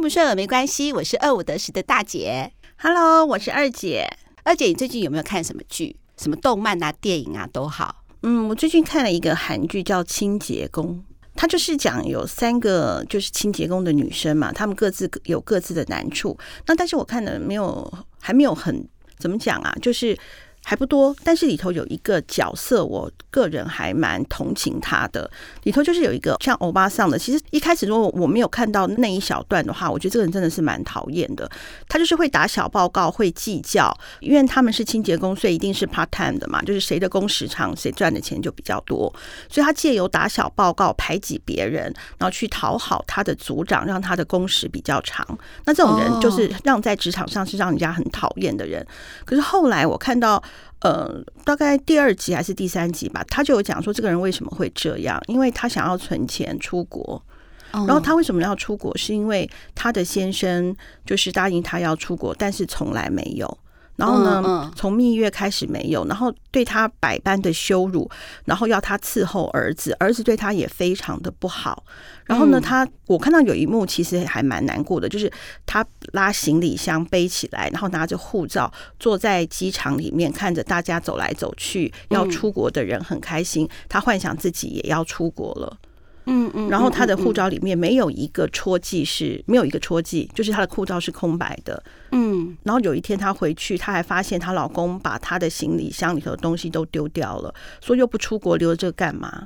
顺不顺耳没关系，我是25得10的大姐。 Hello， 我是二姐。 二姐，你最近有没有看什么剧？什么动漫啊、电影啊都好。 我最近看了一个韩剧叫《清洁工》，它就是讲有3个就是清洁工的女生嘛，她们各自有各自的难处。那但是我看的还没有很怎么讲啊，就是还不多，但是里头有一个角色，我个人还蛮同情他的。里头就是有一个像欧巴桑的，其实一开始如果我没有看到那一小段的话，我觉得这个人真的是蛮讨厌的。他就是会打小报告，会计较，因为他们是清洁工，所以一定是 part time 的嘛，就是谁的工时长，谁赚的钱就比较多。所以他借由打小报告排挤别人，然后去讨好他的组长，让他的工时比较长。那这种人就是让在职场上是让人家很讨厌的人。可是后来我看到大概第2集还是第3集吧，他就有讲说这个人为什么会这样，因为他想要存钱出国。然后他为什么要出国，是因为他的先生就是答应他要出国，但是从来没有。然后呢，从蜜月开始没有，然后对他百般的羞辱，然后要他伺候儿子，儿子对他也非常的不好。然后呢，我看到有一幕其实还蛮难过的，就是他拉行李箱背起来，然后拿着护照坐在机场里面，看着大家走来走去，要出国的人很开心，他幻想自己也要出国了。然后他的护照里面没有一个戳记，就是他的护照是空白的。然后有一天他回去，他还发现她老公把他的行李箱里头的东西都丢掉了，说又不出国留着这个干嘛？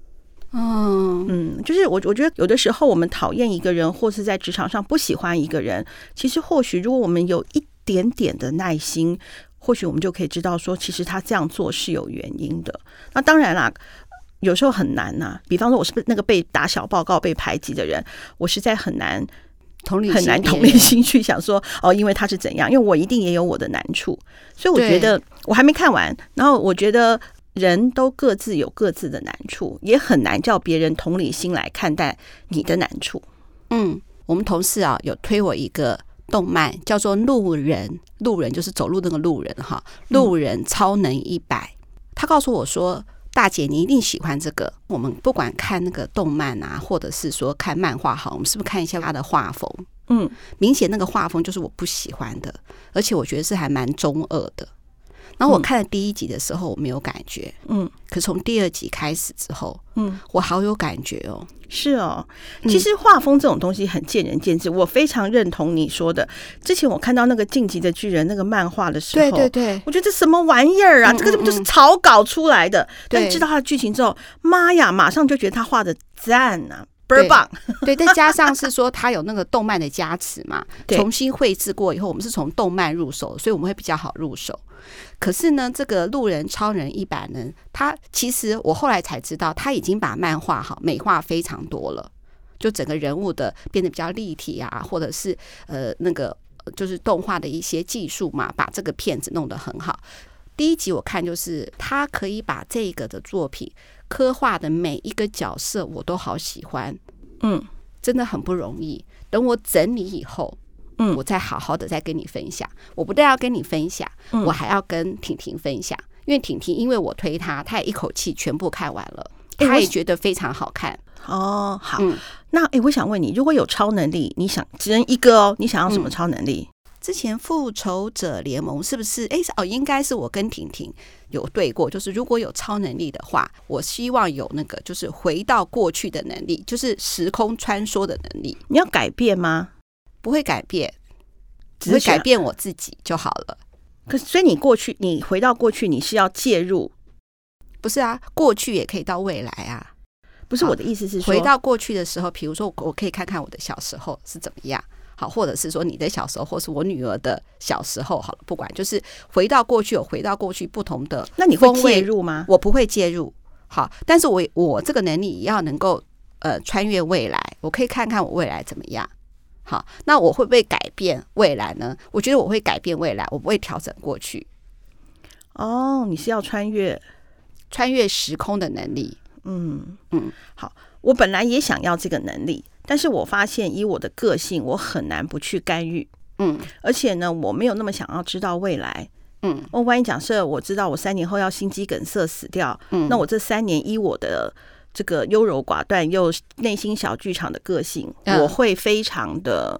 就是我觉得有的时候我们讨厌一个人，或是在职场上不喜欢一个人，其实或许如果我们有一点点的耐心，或许我们就可以知道说，其实他这样做是有原因的。那当然啦。有时候很难呐，比方说我是不是那个被打小报告被排挤的人，我实在很难同理心去想说因为他是怎样，因为我一定也有我的难处，所以我觉得我还没看完，然后我觉得人都各自有各自的难处，也很难叫别人同理心来看待你的难处。 我们同事啊有推我一个动漫叫做路人就是走路那个路人哈，路人超能100，他告诉我说，大姐，你一定喜欢这个。我们不管看那个动漫啊，或者是说看漫画好，我们是不是看一下他的画风？明显那个画风就是我不喜欢的，而且我觉得是还蛮中二的。然后我看了第1集的时候，我没有感觉，可从第2集开始之后，我好有感觉哦。 是哦，其实画风这种东西很见仁见智，我非常认同你说的。之前我看到那个《晋级的巨人》那个漫画的时候，对，我觉得这什么玩意儿啊，这个就是草稿出来的。但知道他的剧情之后，妈呀，马上就觉得他画的赞啊。倍儿棒， 对，再加上是说他有那个动漫的加持嘛，重新绘制过以后，我们是从动漫入手，所以我们会比较好入手。可是呢，这个路人超人100呢，他其实我后来才知道，他已经把漫画美化非常多了，就整个人物的变得比较立体啊，或者是那个就是动画的一些技术嘛，把这个片子弄得很好。第1集我看就是他可以把这个的作品刻画的每一个角色我都好喜欢，真的很不容易。等我整理以后，我再好好的再跟你分享。我不但要跟你分享，我还要跟婷婷分享，因为婷婷因为我推她，她也一口气全部看完了，她也觉得非常好看。 好，那我想问你，如果有超能力，你想只能一个哦，你想要什么超能力？ 之前复仇者联盟是不是应该是我跟婷婷有对过，就是如果有超能力的话，我希望有那个就是回到过去的能力，就是时空穿梭的能力。 你要改变吗？ 不会改变，只会改变我自己就好了。 可是所以你回到过去，你是要介入？ 不是啊，过去也可以到未来啊。 不是，我的意思是说， 回到过去的时候，比如说我可以看看我的小时候是怎么样，好，或者是说你的小时候，或是我女儿的小时候，好了，不管，就是回到过去有回到过去不同的。 那你会介入吗？ 我不会介入。好，但是我这个能力也要能够穿越未来，我可以看看我未来怎么样。好，那我会不会改变未来呢？我觉得我会改变未来，我不会调整过去。 你是要穿越时空的能力。 好，我本来也想要这个能力，但是我发现以我的个性，我很难不去干预。而且呢，我没有那么想要知道未来。万一假设我知道我3年后要心肌梗塞死掉，那我这3年依我的这个优柔寡断又内心小剧场的个性，我会非常的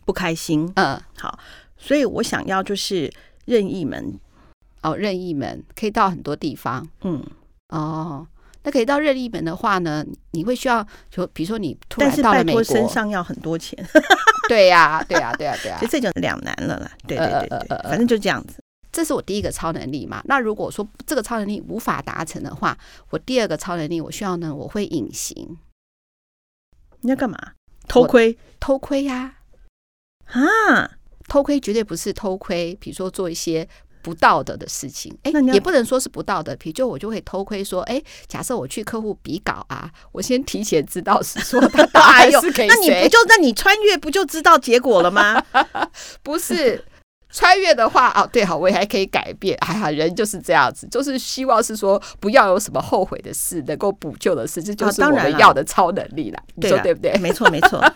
不开心。好，所以我想要就是任意门。 任意门可以到很多地方。那可以到任意门的话呢，你会需要就比如说你突然到了美国， 但是拜托身上要很多钱。 对呀，所以这就两难了啦。对，反正就这样子。 这是我第一个超能力嘛。那如果说这个超能力无法达成的话，我第二个超能力我需要呢，我会隐形。 你要干嘛？偷窥？ 偷窥呀！偷窥绝对不是偷窥，比如说做一些不道德的事情，也不能说是不道德。比如我就会偷窥说，假设我去客户比稿啊，我先提前知道是说他答案是给谁， 那你穿越不就知道结果了吗？ 不是穿越的话，对，好，我也还可以改变。人就是这样子，就是希望是说不要有什么后悔的事，能够补救的事，这就是我们要的超能力啦。你说对不对？ 没错。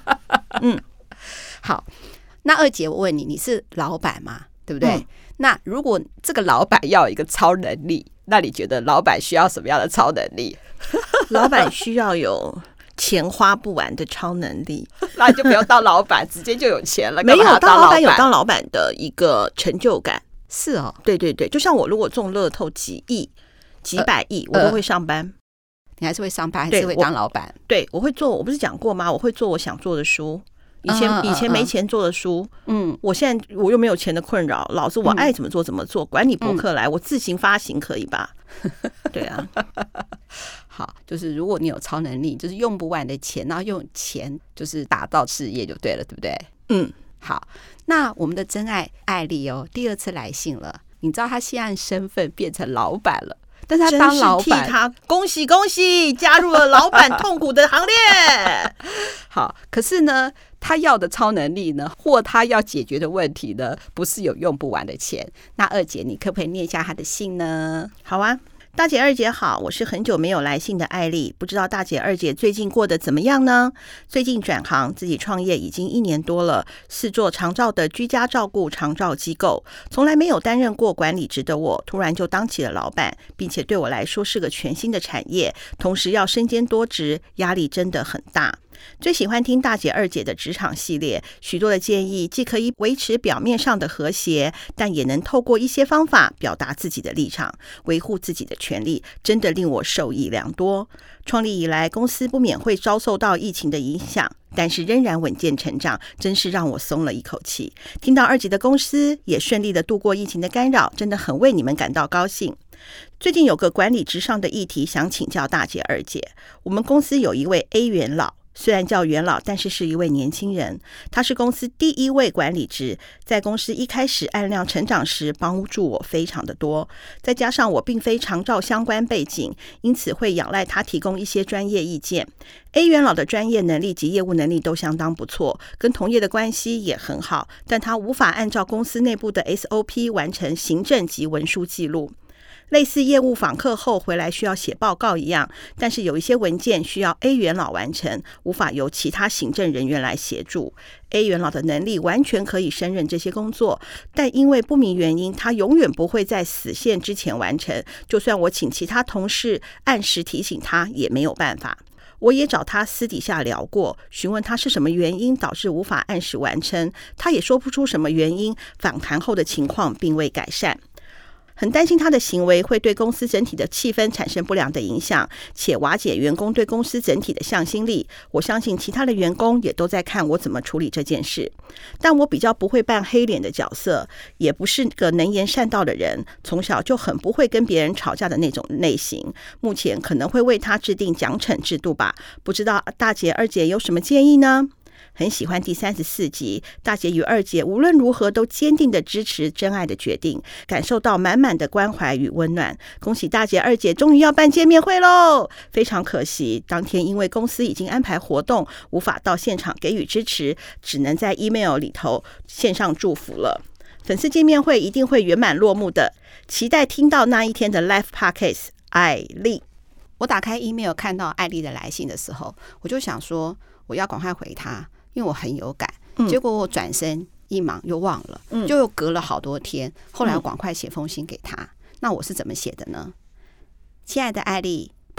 好，那二姐，我问你，你是老板嘛？对不对？那如果这个老板要有一个超能力，那你觉得老板需要什么样的超能力？ 老板需要有钱花不完的超能力。 那你就不用当老板，直接就有钱了。 没有，当老板有当老板的一个成就感。 是哦， 对，就像我如果中乐透几亿、几百亿，我都会上班。 你还是会上班，还是会当老板？ 对，我会做。我不是讲过吗？我会做我想做的书。以前没钱做的书，我现在我又没有钱的困扰，老子我爱怎么做怎么做，管你博客来，我自行发行可以吧？对啊。 好，就是如果你有超能力，就是用不完的钱，然后用钱就是打造事业就对了，对不对？好，那我们的真爱艾丽第二次来信了，你知道她现在身份变成老板了。但是他当老板， 替他恭喜恭喜，加入了老板痛苦的行列。 好，可是呢，他要的超能力呢，或他要解决的问题呢，不是有用不完的钱。那二姐，你可不可以念一下他的信呢？ 好啊。大姐二姐好，我是很久没有来信的艾丽，不知道大姐二姐最近过得怎么样呢？最近转行自己创业已经1年多了，是做长照的居家照顾长照机构，从来没有担任过管理职的我，突然就当起了老板，并且对我来说是个全新的产业，同时要身兼多职，压力真的很大。最喜欢听大姐二姐的职场系列，许多的建议既可以维持表面上的和谐，但也能透过一些方法表达自己的立场，维护自己的权利，真的令我受益良多。创立以来，公司不免会遭受到疫情的影响，但是仍然稳健成长，真是让我松了一口气。听到二姐的公司也顺利的度过疫情的干扰，真的很为你们感到高兴。最近有个管理职上的议题想请教大姐二姐，我们公司有一位 A 元老，虽然叫元老，但是一位年轻人。他是公司第一位管理职，在公司一开始按量成长时帮助我非常的多，再加上我并非长照相关背景，因此会仰赖他提供一些专业意见。A 元老的专业能力及业务能力都相当不错，跟同业的关系也很好，但他无法按照公司内部的 SOP 完成行政及文书记录，类似业务访客后回来需要写报告一样，但是有一些文件需要 A 元老完成，无法由其他行政人员来协助。A 元老的能力完全可以胜任这些工作，但因为不明原因，他永远不会在死线之前完成，就算我请其他同事按时提醒他，也没有办法。我也找他私底下聊过，询问他是什么原因导致无法按时完成，他也说不出什么原因，访谈后的情况并未改善。很担心他的行为会对公司整体的气氛产生不良的影响，且瓦解员工对公司整体的向心力。我相信其他的员工也都在看我怎么处理这件事，但我比较不会扮黑脸的角色，也不是个能言善道的人，从小就很不会跟别人吵架的那种类型。目前可能会为他制定奖惩制度吧，不知道大姐二姐有什么建议呢？很喜欢第34集，大姐与二姐无论如何都坚定的支持真爱的决定，感受到满满的关怀与温暖。恭喜大姐二姐终于要办见面会咯，非常可惜当天因为公司已经安排活动，无法到现场给予支持，只能在 email 里头线上祝福了。粉丝见面会一定会圆满落幕的，期待听到那一天的 Live Podcast。 艾丽， 我打开 email 看到艾丽的来信的时候，我就想说我要赶快回她，因为我很有感。结果我转身一忙又忘了，就又隔了好多天，后来我赶快写封信给她。那我是怎么写的呢？亲爱的艾丽，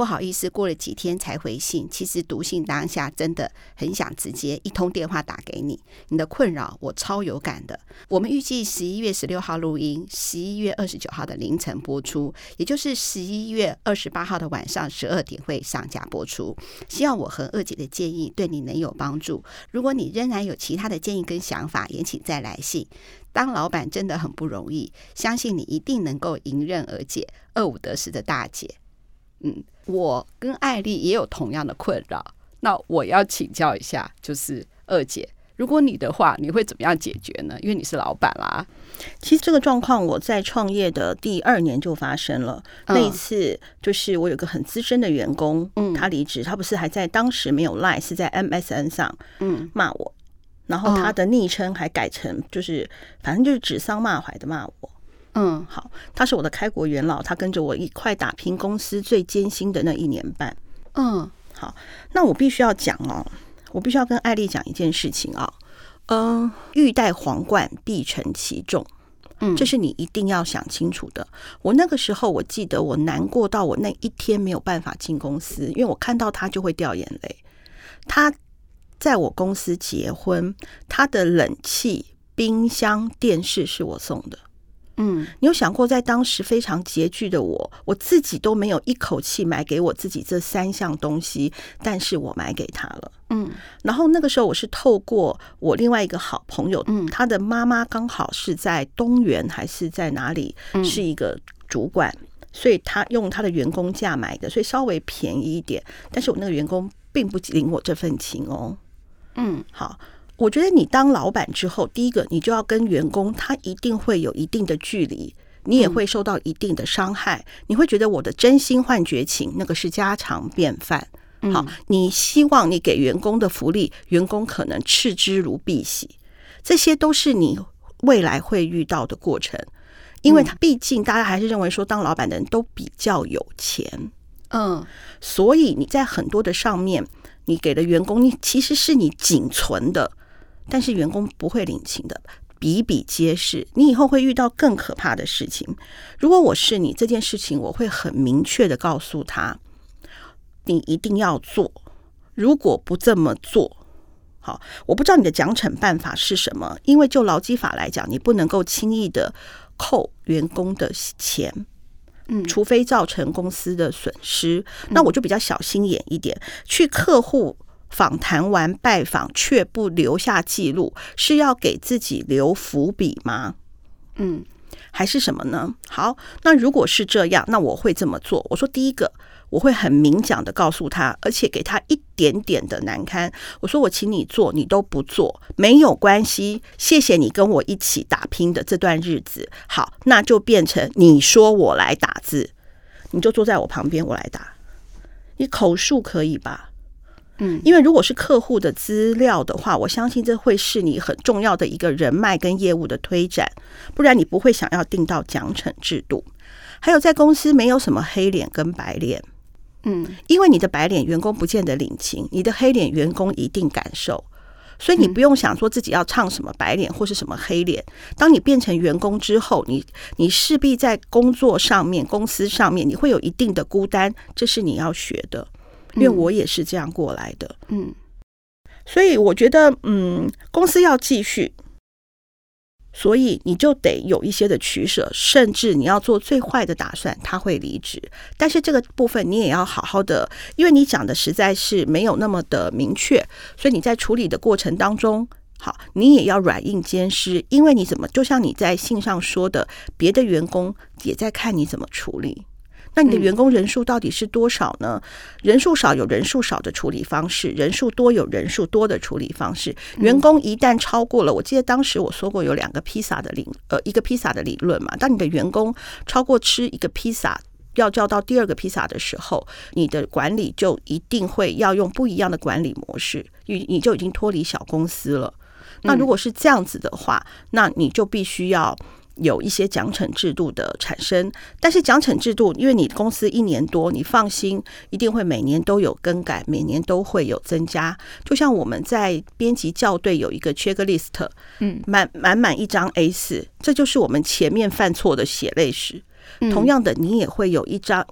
不好意思，过了几天才回信。其实读信当下真的很想直接一通电话打给你，你的困扰我超有感的。我们预计11月16号录音，11月29号的凌晨播出，也就是11月28号的晚上12点会上架播出。希望我和二姐的建议对你能有帮助。如果你仍然有其他的建议跟想法，也请再来信。当老板真的很不容易，相信你一定能够迎刃而解，25得10的大姐。我跟艾丽也有同样的困扰，那我要请教一下，就是二姐，如果你的话，你会怎么样解决呢？因为你是老板啦。 其实这个状况我在创业的第2年就发生了。那一次就是我有个很资深的员工，他离职，他不是还在当时没有 LINE， 是在 MSN 上骂我。然后他的昵称还改成就是反正就是指桑骂槐的骂我。好，他是我的开国元老，他跟着我一块打拼公司最艰辛的那1年半。好，那我必须要讲哦，我必须要跟艾丽讲一件事情啊。欲戴皇冠必承其重，这是你一定要想清楚的。我那个时候我记得我难过到我那一天没有办法进公司，因为我看到他就会掉眼泪。他在我公司结婚，他的冷气、冰箱、电视是我送的。你有想过在当时非常拮据的我自己都没有一口气买给我自己这3项东西，但是我买给他了。然后那个时候我是透过我另外一个好朋友，他的妈妈刚好是在东元还是在哪里，是一个主管，所以他用他的员工价买的，所以稍微便宜一点，但是我那个员工并不领我这份情哦。好，我觉得你当老板之后，第一个你就要跟员工他一定会有一定的距离，你也会受到一定的伤害，你会觉得我的真心换绝情，那个是家常便饭。好，你希望你给员工的福利，员工可能嗤之如敝屣，这些都是你未来会遇到的过程。因为毕竟大家还是认为说当老板的人都比较有钱，所以你在很多的上面你给了员工，你其实是你仅存的，但是员工不会领情的，比比皆是。你以后会遇到更可怕的事情。如果我是你，这件事情我会很明确的告诉他，你一定要做，如果不这么做，好，我不知道你的奖惩办法是什么，因为就劳基法来讲，你不能够轻易的扣员工的钱，除非造成公司的损失。那我就比较小心眼一点，去客户访谈完拜访却不留下记录，是要给自己留伏笔吗？还是什么呢？好，那如果是这样，那我会这么做。我说第一个，我会很明讲的告诉他，而且给他一点点的难堪。我说我请你做，你都不做，没有关系，谢谢你跟我一起打拼的这段日子。好，那就变成你说我来打字，你就坐在我旁边，我来打。你口述可以吧？因为如果是客户的资料的话，我相信这会是你很重要的一个人脉跟业务的推展，不然你不会想要定到奖惩制度。还有在公司没有什么黑脸跟白脸，因为你的白脸员工不见得领情，你的黑脸员工一定感受，所以你不用想说自己要唱什么白脸或是什么黑脸。当你变成员工之后，你势必在工作上面、公司上面，你会有一定的孤单，这是你要学的。因为我也是这样过来的，所以我觉得，公司要继续，所以你就得有一些的取舍，甚至你要做最坏的打算，他会离职。但是这个部分你也要好好的，因为你讲的实在是没有那么的明确，所以你在处理的过程当中，好，你也要软硬兼施，因为你怎么，就像你在信上说的，别的员工也在看你怎么处理。那你的员工人数到底是多少呢？人数少有人数少的处理方式，人数多有人数多的处理方式。员工一旦超过了，我记得当时我说过有2个披萨的一个披萨的理论嘛。当你的员工超过吃一个披萨，要叫到第2个披萨的时候，你的管理就一定会要用不一样的管理模式，你就已经脱离小公司了。那如果是这样子的话，那你就必须要有一些奖惩制度的产生。但是奖惩制度，因为你公司1年多，你放心，一定会每年都有更改，每年都会有增加。就像我们在编辑校对有一个 checklist， 满一张 A4， 这就是我们前面犯错的血泪史。同样的，你也会有一张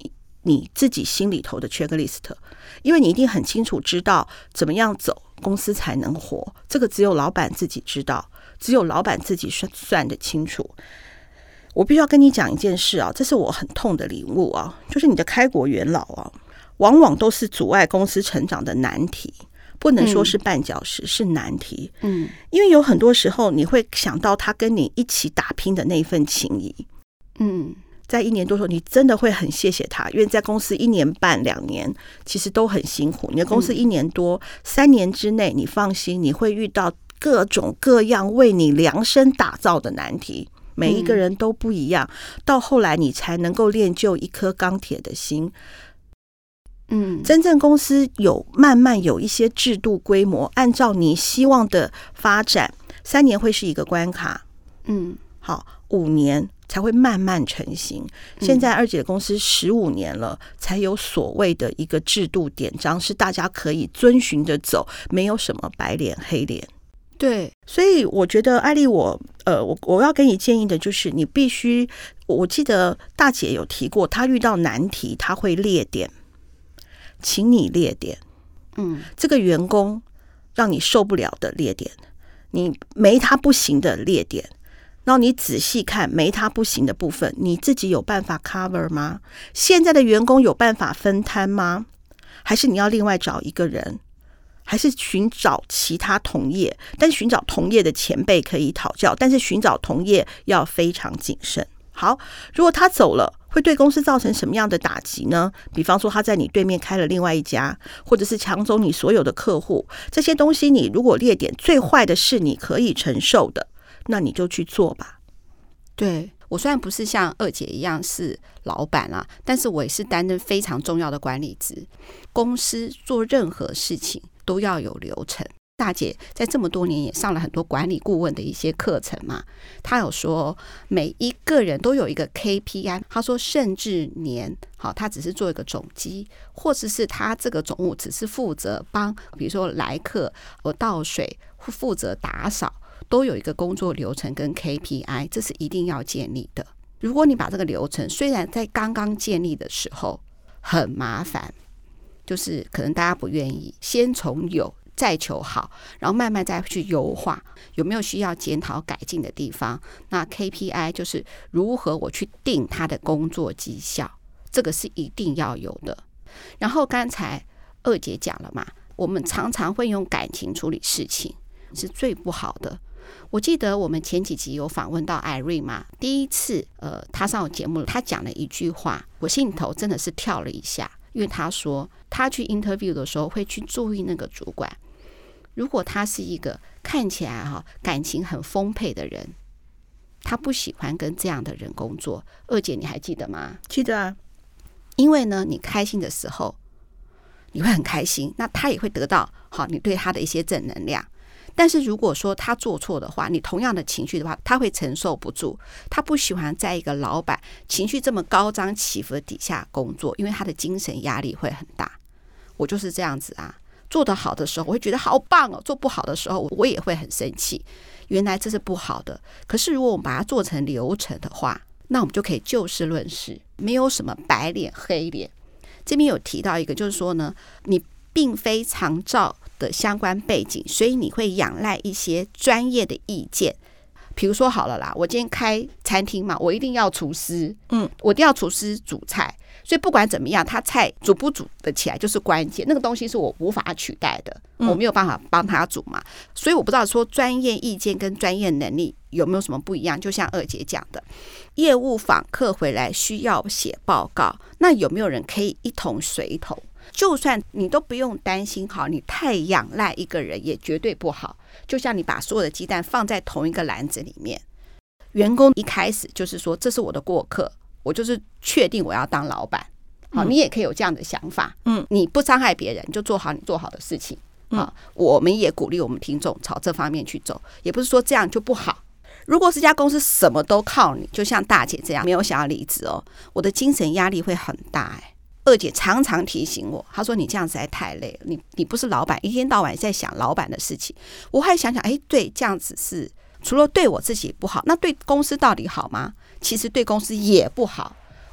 你自己心里头的 checklist， 因为你一定很清楚知道怎么样走公司才能活，这个只有老板自己知道，只有老板自己算得清楚。我必须要跟你讲一件事啊，这是我很痛的领悟啊，就是你的开国元老啊，往往都是阻碍公司成长的难题，不能说是绊脚石，是难题。因为有很多时候你会想到他跟你一起打拼的那份情谊。在1年多的时候，你真的会很谢谢他，因为在公司1年半2年其实都很辛苦，你的公司1年多3年之内，你放心，你会遇到各种各样为你量身打造的难题，每一个人都不一样，到后来你才能够练就一颗钢铁的心。真正公司慢慢有一些制度规模，按照你希望的发展，3年会是一个关卡，好，5年才会慢慢成型。现在二姐的公司15年了，才有所谓的一个制度典章，是大家可以遵循的走，没有什么白脸黑脸。 对， 所以我觉得艾莉，我要给你建议的就是，你必须，我记得大姐有提过，她遇到难题，她会列点，请你列点。这个员工让你受不了的列点，你没他不行的列点，然后你仔细看没他不行的部分，你自己有办法 cover 吗？现在的员工有办法分摊吗？还是你要另外找一个人？还是寻找其他同业？但是寻找同业的前辈可以讨教，但是寻找同业要非常谨慎。好，如果他走了，会对公司造成什么样的打击呢？比方说他在你对面开了另外一家，或者是抢走你所有的客户，这些东西你如果列点最坏的是你可以承受的，那你就去做吧。 对，我虽然不是像二姐一样是老板啦，但是我也是担任非常重要的管理职。公司做任何事情都要有流程。大姐在这么多年也上了很多管理顾问的一些课程嘛，她有说每一个人都有一个 KPI， 她说甚至年好，她只是做一个总机，或者是她这个总务只是负责帮，比如说来客倒水，负责打扫，都有一个工作流程跟 KPI， 这是一定要建立的。如果你把这个流程虽然在刚刚建立的时候很麻烦，就是可能大家不愿意，先从有再求好，然后慢慢再去优化，有没有需要检讨改进的地方。那 KPI 就是如何我去定他的工作绩效，这个是一定要有的。然后刚才二姐讲了嘛，我们常常会用感情处理事情，是最不好的。我记得我们前几集有访问到艾瑞嘛，第一次他上我节目，他讲了一句话，我心里头真的是跳了一下，因为他说他去 interview 的时候会去注意那个主管，如果他是一个看起来感情很丰沛的人，他不喜欢跟这样的人工作。二姐你还记得吗？ 记得啊。 因为呢，你开心的时候你会很开心，那他也会得到你对他的一些正能量。但是如果说他做错的话，你同样的情绪的话，他会承受不住。他不喜欢在一个老板情绪这么高涨起伏的底下工作，因为他的精神压力会很大。我就是这样子啊，做得好的时候我会觉得好棒哦，做不好的时候我也会很生气，原来这是不好的。可是如果我们把它做成流程的话，那我们就可以就事论事，没有什么白脸黑脸。这边有提到一个，就是说呢，你并非常照的相关背景，所以你会仰赖一些专业的意见。比如说好了啦，我今天开餐厅嘛，我一定要厨师，我一定要厨师煮菜，所以不管怎么样，他菜煮不煮得起来就是关键，那个东西是我无法取代的，我没有办法帮他煮嘛。所以我不知道说专业意见跟专业能力有没有什么不一样。就像二姐讲的，业务访客回来需要写报告，那有没有人可以一同随同？就算你都不用担心你太仰赖一个人也绝对不好。就像你把所有的鸡蛋放在同一个篮子里面，员工一开始就是说这是我的过客，我就是确定我要当老板。你也可以有这样的想法，你不伤害别人，你就做好你做好的事情。我们也鼓励我们听众朝这方面去走，也不是说这样就不好。如果是家公司什么都靠你，就像大姐这样没有想要离职我的精神压力会很大。二姐常常提醒我，她说你这样实在太累了，你不是老板，一天到晚在想老板的事情。我还想想，对，这样子是除了对我自己不好，那对公司到底好吗？其实对公司也不好。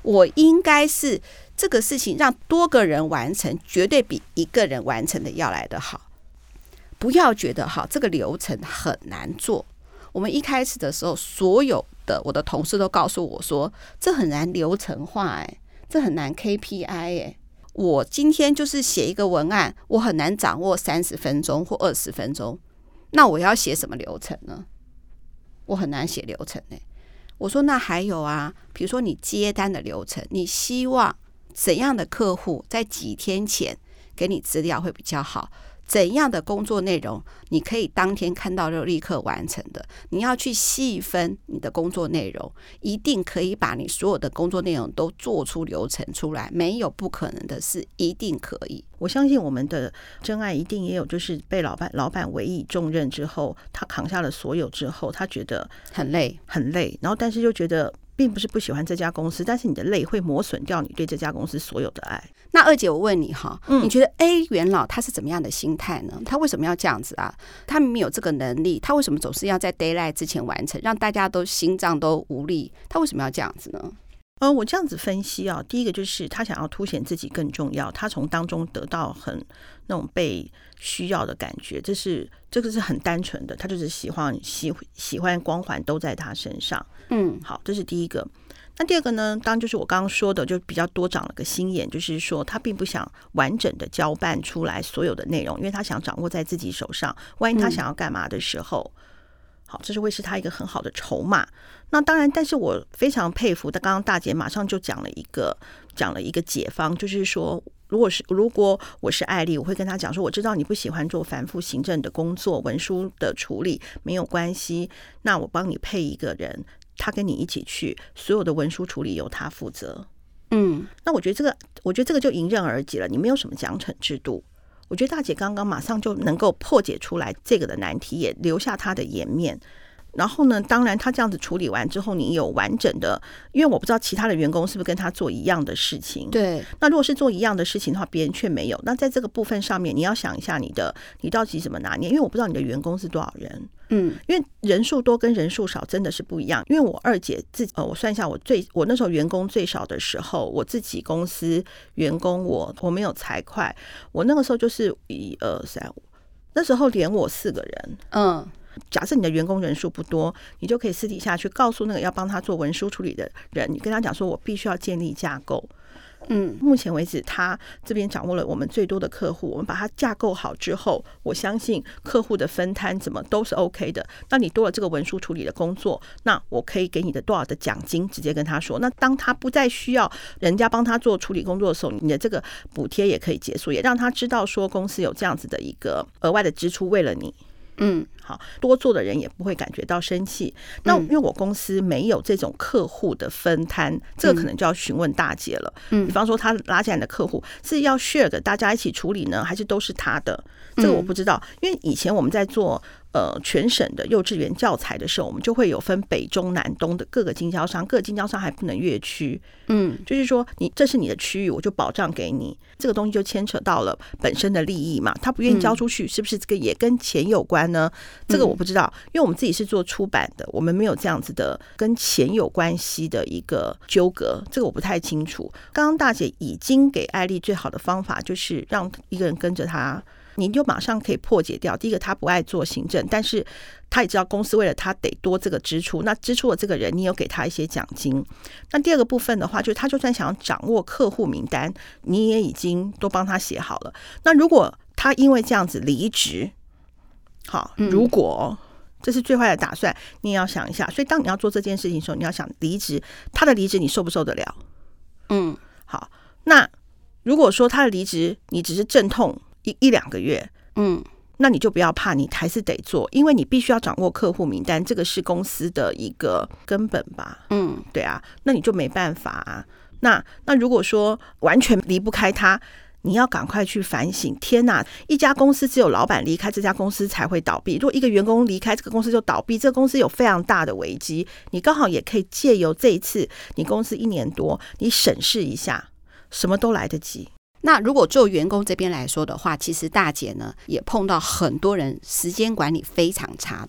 我应该是这个事情让多个人完成，绝对比一个人完成的要来得好。不要觉得这个流程很难做。我们一开始的时候，所有的我的同事都告诉我说，这很难流程化，这很难 KPI。我今天就是写一个文案，我很难掌握30分钟或20分钟，那我要写什么流程呢？我很难写流程。我说那还有啊，比如说你接单的流程，你希望怎样的客户在几天前给你资料会比较好？怎样的工作内容你可以当天看到就立刻完成的？你要去细分你的工作内容，一定可以把你所有的工作内容都做出流程出来，没有不可能的事，一定可以。 我相信我们的真爱一定也有，就是被老板委以重任之后，他扛下了所有之后，他觉得很累， 然后但是又觉得并不是不喜欢这家公司，但是你的累会磨损掉你对这家公司所有的爱。 那二姐，我问你你觉得 A 元老他是怎么样的心态呢？他为什么要这样子啊？他明明有这个能力，他为什么总是要在 deadline 之前完成，让大家都心脏都无力？他为什么要这样子呢？ 我这样子分析啊，第一个就是他想要凸显自己更重要，他从当中得到很那种被需要的感觉，这个是很单纯的，他就是喜欢光环都在他身上。好，这是第一个。那第二个呢，当然就是我刚刚说的，就比较多长了个心眼，就是说他并不想完整的交办出来所有的内容，因为他想掌握在自己手上，万一他想要干嘛的时候，好，这是会是他一个很好的筹码。那当然，但是我非常佩服的，刚刚大姐马上就讲了一个解方，就是说，如果我是艾丽，我会跟他讲说，我知道你不喜欢做繁复行政的工作，文书的处理没有关系，那我帮你配一个人，他跟你一起去，所有的文书处理由他负责。那我觉得这个就迎刃而解了，你没有什么奖惩制度。我觉得大姐刚刚马上就能够破解出来这个的难题，也留下她的颜面。然后呢，当然他这样子处理完之后，你有完整的，因为我不知道其他的员工是不是跟他做一样的事情。 对， 那如果是做一样的事情的话，别人却没有，那在这个部分上面，你要想一下你到底怎么拿捏，因为我不知道你的员工是多少人。因为人数多跟人数少真的是不一样。因为我二姐自己，我算一下，我那时候员工最少的时候，我自己公司员工我没有财会，我那个时候就是1、2、3、5，那时候连我4个人。假设你的员工人数不多，你就可以私底下去告诉那个要帮他做文书处理的人，你跟他讲说，我必须要建立架构。目前为止他这边掌握了我们最多的客户，我们把它架构好之后，我相信客户的分摊怎么都是 OK 的。那你多了这个文书处理的工作，那我可以给你的多少的奖金直接跟他说，那当他不再需要人家帮他做处理工作的时候，你的这个补贴也可以结束，也让他知道说公司有这样子的一个额外的支出为了你。好，多做的人也不会感觉到生气。那因为我公司没有这种客户的分摊，这个可能就要询问大姐了。比方说他拉进来的客户是要 share 给大家一起处理呢，还是都是他的？这个我不知道，因为以前我们在做全省的幼稚园教材的时候，我们就会有分北中南东的各个经销商，各个经销商还不能越区。就是说这是你的区域，我就保障给你。这个东西就牵扯到了本身的利益嘛，他不愿意交出去，是不是这个也跟钱有关呢？这个我不知道，因为我们自己是做出版的，我们没有这样子的跟钱有关系的一个纠葛，这个我不太清楚。刚刚大姐已经给艾丽最好的方法，就是让一个人跟着他，你就马上可以破解掉。第一个，他不爱做行政，但是他也知道公司为了他得多这个支出，那支出的这个人你有给他一些奖金。那第二个部分的话，就是他就算想要掌握客户名单，你也已经都帮他写好了。那如果他因为这样子离职，好，如果这是最坏的打算，你也要想一下。所以当你要做这件事情的时候，你要想离职，他的离职你受不受得了？好，那如果说他的离职你只是阵痛一两个月，那你就不要怕，你还是得做，因为你必须要掌握客户名单，这个是公司的一个根本吧。对啊，那你就没办法啊。那如果说完全离不开他，你要赶快去反省。天哪，一家公司只有老板离开，这家公司才会倒闭。如果一个员工离开，这个公司就倒闭，这个公司有非常大的危机。你刚好也可以借由这一次你公司1年多，你审视一下，什么都来得及。 那如果就员工这边来说的话，其实大姐呢也碰到很多人时间管理非常差的。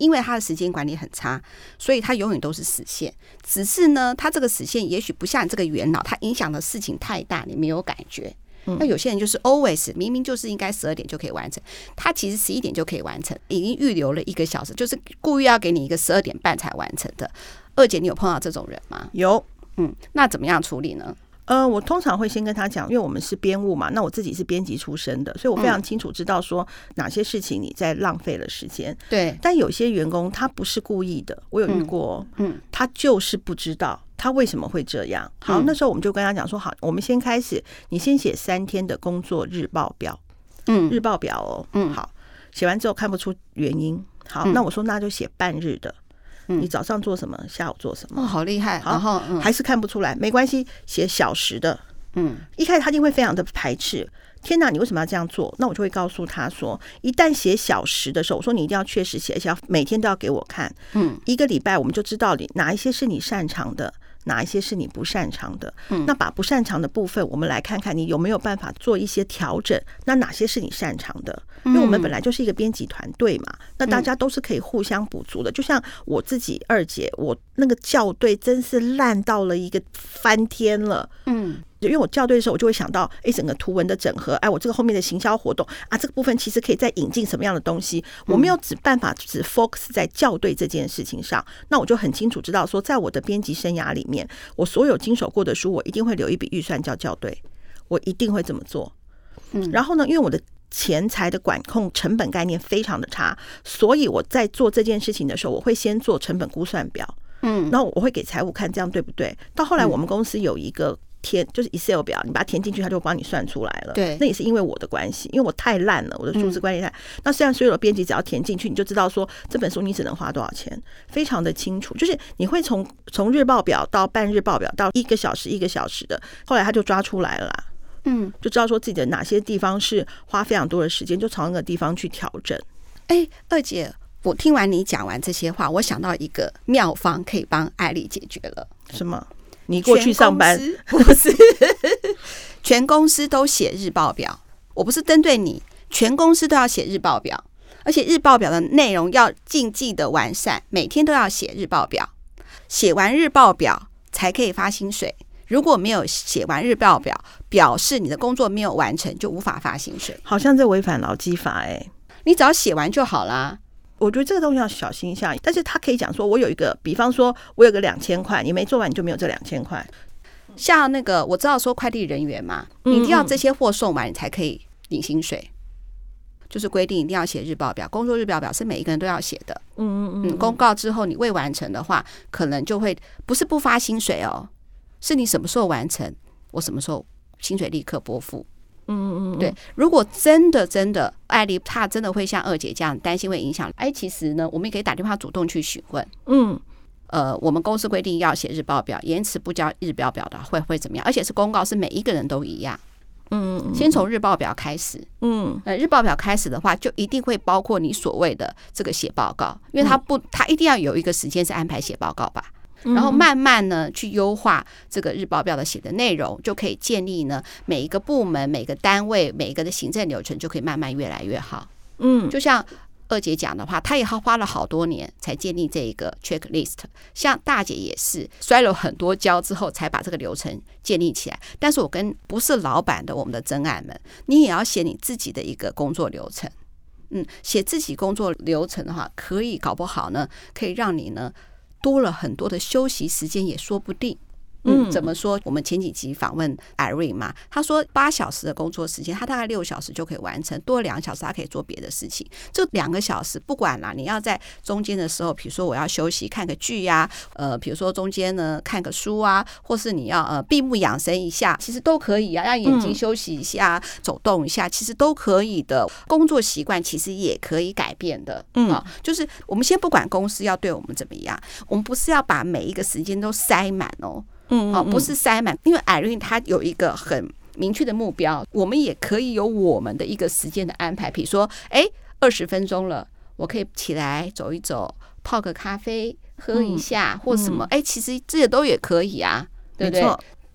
因为他的时间管理很差，所以他永远都是死线。只是呢，他这个死线也许不像这个元老，他影响的事情太大，你没有感觉。那有些人就是 always 明明就是应该12点就可以完成，他其实11点就可以完成，已经预留了1个小时，就是故意要给你一个12点半才完成的。二姐，你有碰到这种人吗？ 有。 那怎么样处理呢？ 我通常会先跟他讲，因为我们是编务嘛，那我自己是编辑出身的，所以我非常清楚知道说哪些事情你在浪费了时间。 对， 但有些员工他不是故意的，我有遇过，他就是不知道他为什么会这样。好，那时候我们就跟他讲说，好，我们先开始，你先写3天的工作日报表，日报表哦，好，写完之后看不出原因，好，那我说那就写半日的。你早上做什么，下午做什么？ 好厉害！然后还是看不出来，没关系，写小时的。一开始他一定会非常的排斥。天哪，你为什么要这样做？那我就会告诉他说，一旦写小时的时候，我说你一定要确实写，而且每天都要给我看。1个礼拜我们就知道你哪一些是你擅长的，哪一些是你不擅长的。那把不擅长的部分，我们来看看你有没有办法做一些调整。那哪些是你擅长的？因为我们本来就是一个编辑团队嘛，那大家都是可以互相补足的。就像我自己二姐，我那个校对真是烂到了一个翻天了。因为我校对的时候，我就会想到，整个图文的整合，我这个后面的行销活动啊，这个部分其实可以再引进什么样的东西。我没有办法只 focus 在校对这件事情上，那我就很清楚知道说，在我的编辑生涯里面，我所有经手过的书，我一定会留一笔预算叫校对，我一定会这么做。然后呢，因为我的钱财的管控成本概念非常的差，所以我在做这件事情的时候，我会先做成本估算表，然后我会给财务看，这样对不对？到后来我们公司有一个就是 Excel 表，你把它填进去，它就帮你算出来了。 对， 那也是因为我的关系，因为我太烂了，我的数字管理太。那虽然所有的编辑只要填进去，你就知道说这本书你只能花多少钱，非常的清楚。就是你会从日报表到半日报表到1个小时1个小时的，后来他就抓出来了啦。就知道说自己的哪些地方是花非常多的时间，就朝那个地方去调整。 二姐，我听完你讲完这些话，我想到一个妙方可以帮艾莉解决了。 什么？你过去上班？ 不是，全公司都写日报表。我不是针对你，全公司都要写日报表，而且日报表的内容要尽计的完善，每天都要写日报表。写完日报表才可以发薪水。如果没有写完日报表，表示你的工作没有完成，就无法发薪水。 好像在违反劳基法你只要写完就好啦。 我觉得这个东西要小心一下，但是他可以讲说，我有一个，比方说我有个2000块，你没做完你就没有这2000块。 像那个我知道说快递人员嘛，你一定要这些货送完，你才可以领薪水。就是规定一定要写日报表，工作日报表是每一个人都要写的。公告之后你未完成的话，可能就会不是不发薪水哦。是你什么时候完成，我什么时候薪水立刻拨付。对。如果真的艾莉她真的会像二姐这样担心会影响，其实呢，我们也可以打电话主动去询问。我们公司规定要写日报表，延迟不交日报表的会怎么样？而且是公告，是每一个人都一样。先从日报表开始。日报表开始的话，就一定会包括你所谓的这个写报告，因为它一定要有一个时间是安排写报告吧。然后慢慢呢去优化这个日报表的写的内容，就可以建立呢每一个部门、每个单位、每一个的行政流程就可以慢慢越来越好。就像二姐讲的话，她也花了好多年才建立这一个 checklist。像大姐也是摔了很多跤之后才把这个流程建立起来。但是我跟不是老板的我们的真爱们，你也要写你自己的一个工作流程。写自己工作流程的话，可以搞不好呢，可以让你呢多了很多的休息时间也说不定。怎么说？我们前几集访问 Irene 嘛，他说8小时的工作时间，他大概6小时就可以完成，多2小时他可以做别的事情。这2个小时不管啦，你要在中间的时候，比如说我要休息看个剧呀，比如说中间呢看个书啊，或是你要闭目养神一下，其实都可以啊，让眼睛休息一下，走动一下，其实都可以的。工作习惯其实也可以改变的。就是我们先不管公司要对我们怎么样，我们不是要把每一个时间都塞满哦。不是塞满，因为 Irene 她有一个很明确的目标，我们也可以有我们的一个时间的安排。比如说20分钟了，我可以起来走一走，泡个咖啡喝一下，或什么其实这些都也可以啊，对不对？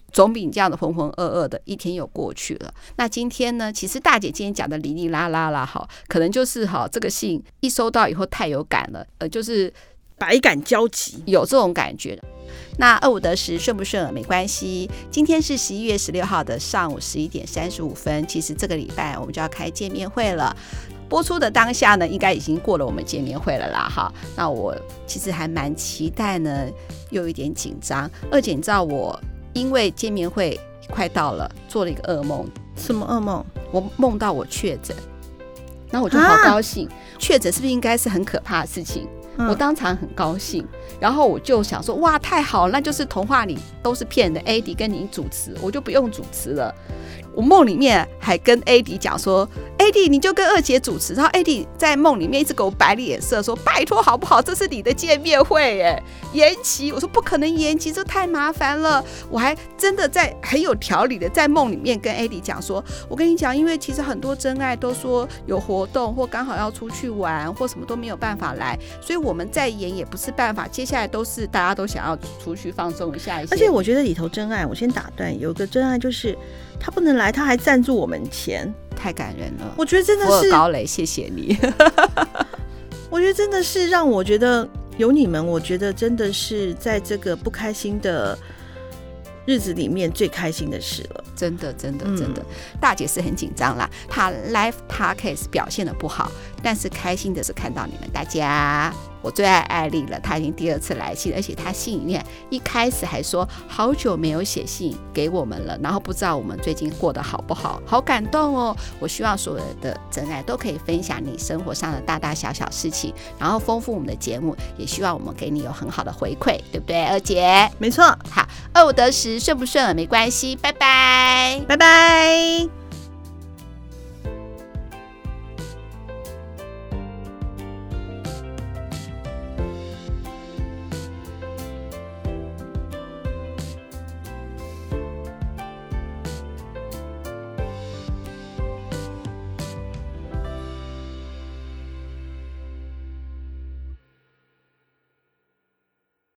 总比你这样的浑浑噩噩的一天又过去了。那今天呢，其实大姐今天讲的哩哩啦啦啦，可能就是这个信一收到以后太有感了，就是百感交集， 有这种感觉。那25得10顺不顺耳没关系。今天是11月16号的上午11点35分，其实这个礼拜我们就要开见面会了。播出的当下呢，应该已经过了我们见面会了啦哈。那我其实还蛮期待呢，又有一点紧张。二姐，你知道我因为见面会快到了，做了一个噩梦。 什么噩梦？ 我梦到我确诊，然后我就好高兴。确诊是不是应该是很可怕的事情？我当场很高兴，然后我就想说，哇，太好了，那就是童话里都是骗的 AD 跟你主持，我就不用主持了。我梦里面还跟 AD 讲说 AD 你就跟二姐主持，然后 AD 在梦里面一直给我摆脸色说拜托好不好，这是你的见面会耶，延期。我说不可能延期，这太麻烦了。我还真的在很有条理的在梦里面跟 AD 讲说，我跟你讲，因为其实很多真爱都说有活动或刚好要出去玩或什么都没有办法来，所以我们再延也不是办法，接下来都是大家都想要出去放松一下。 而且我觉得里头真爱，我先打断，有个真爱就是他不能来，他还赞助我们钱， 太感人了。 我觉得真的是高磊，谢谢你。 我觉得真的是让我觉得有你们，我觉得真的是在这个不开心的日子里面最开心的事了。 真的真的真的，大姐是很紧张啦，她 Live Podcast 表现的不好，但是开心的是看到你们大家。我最爱艾丽了，她已经第2次来信，而且她信里面一开始还说好久没有写信给我们了，然后不知道我们最近过得好不好，好感动哦。我希望所有的真爱都可以分享你生活上的大大小小事情，然后丰富我们的节目，也希望我们给你有很好的回馈，对不对，二姐？ 没错。 好，25得10顺不顺耳没关系，拜拜， 拜拜。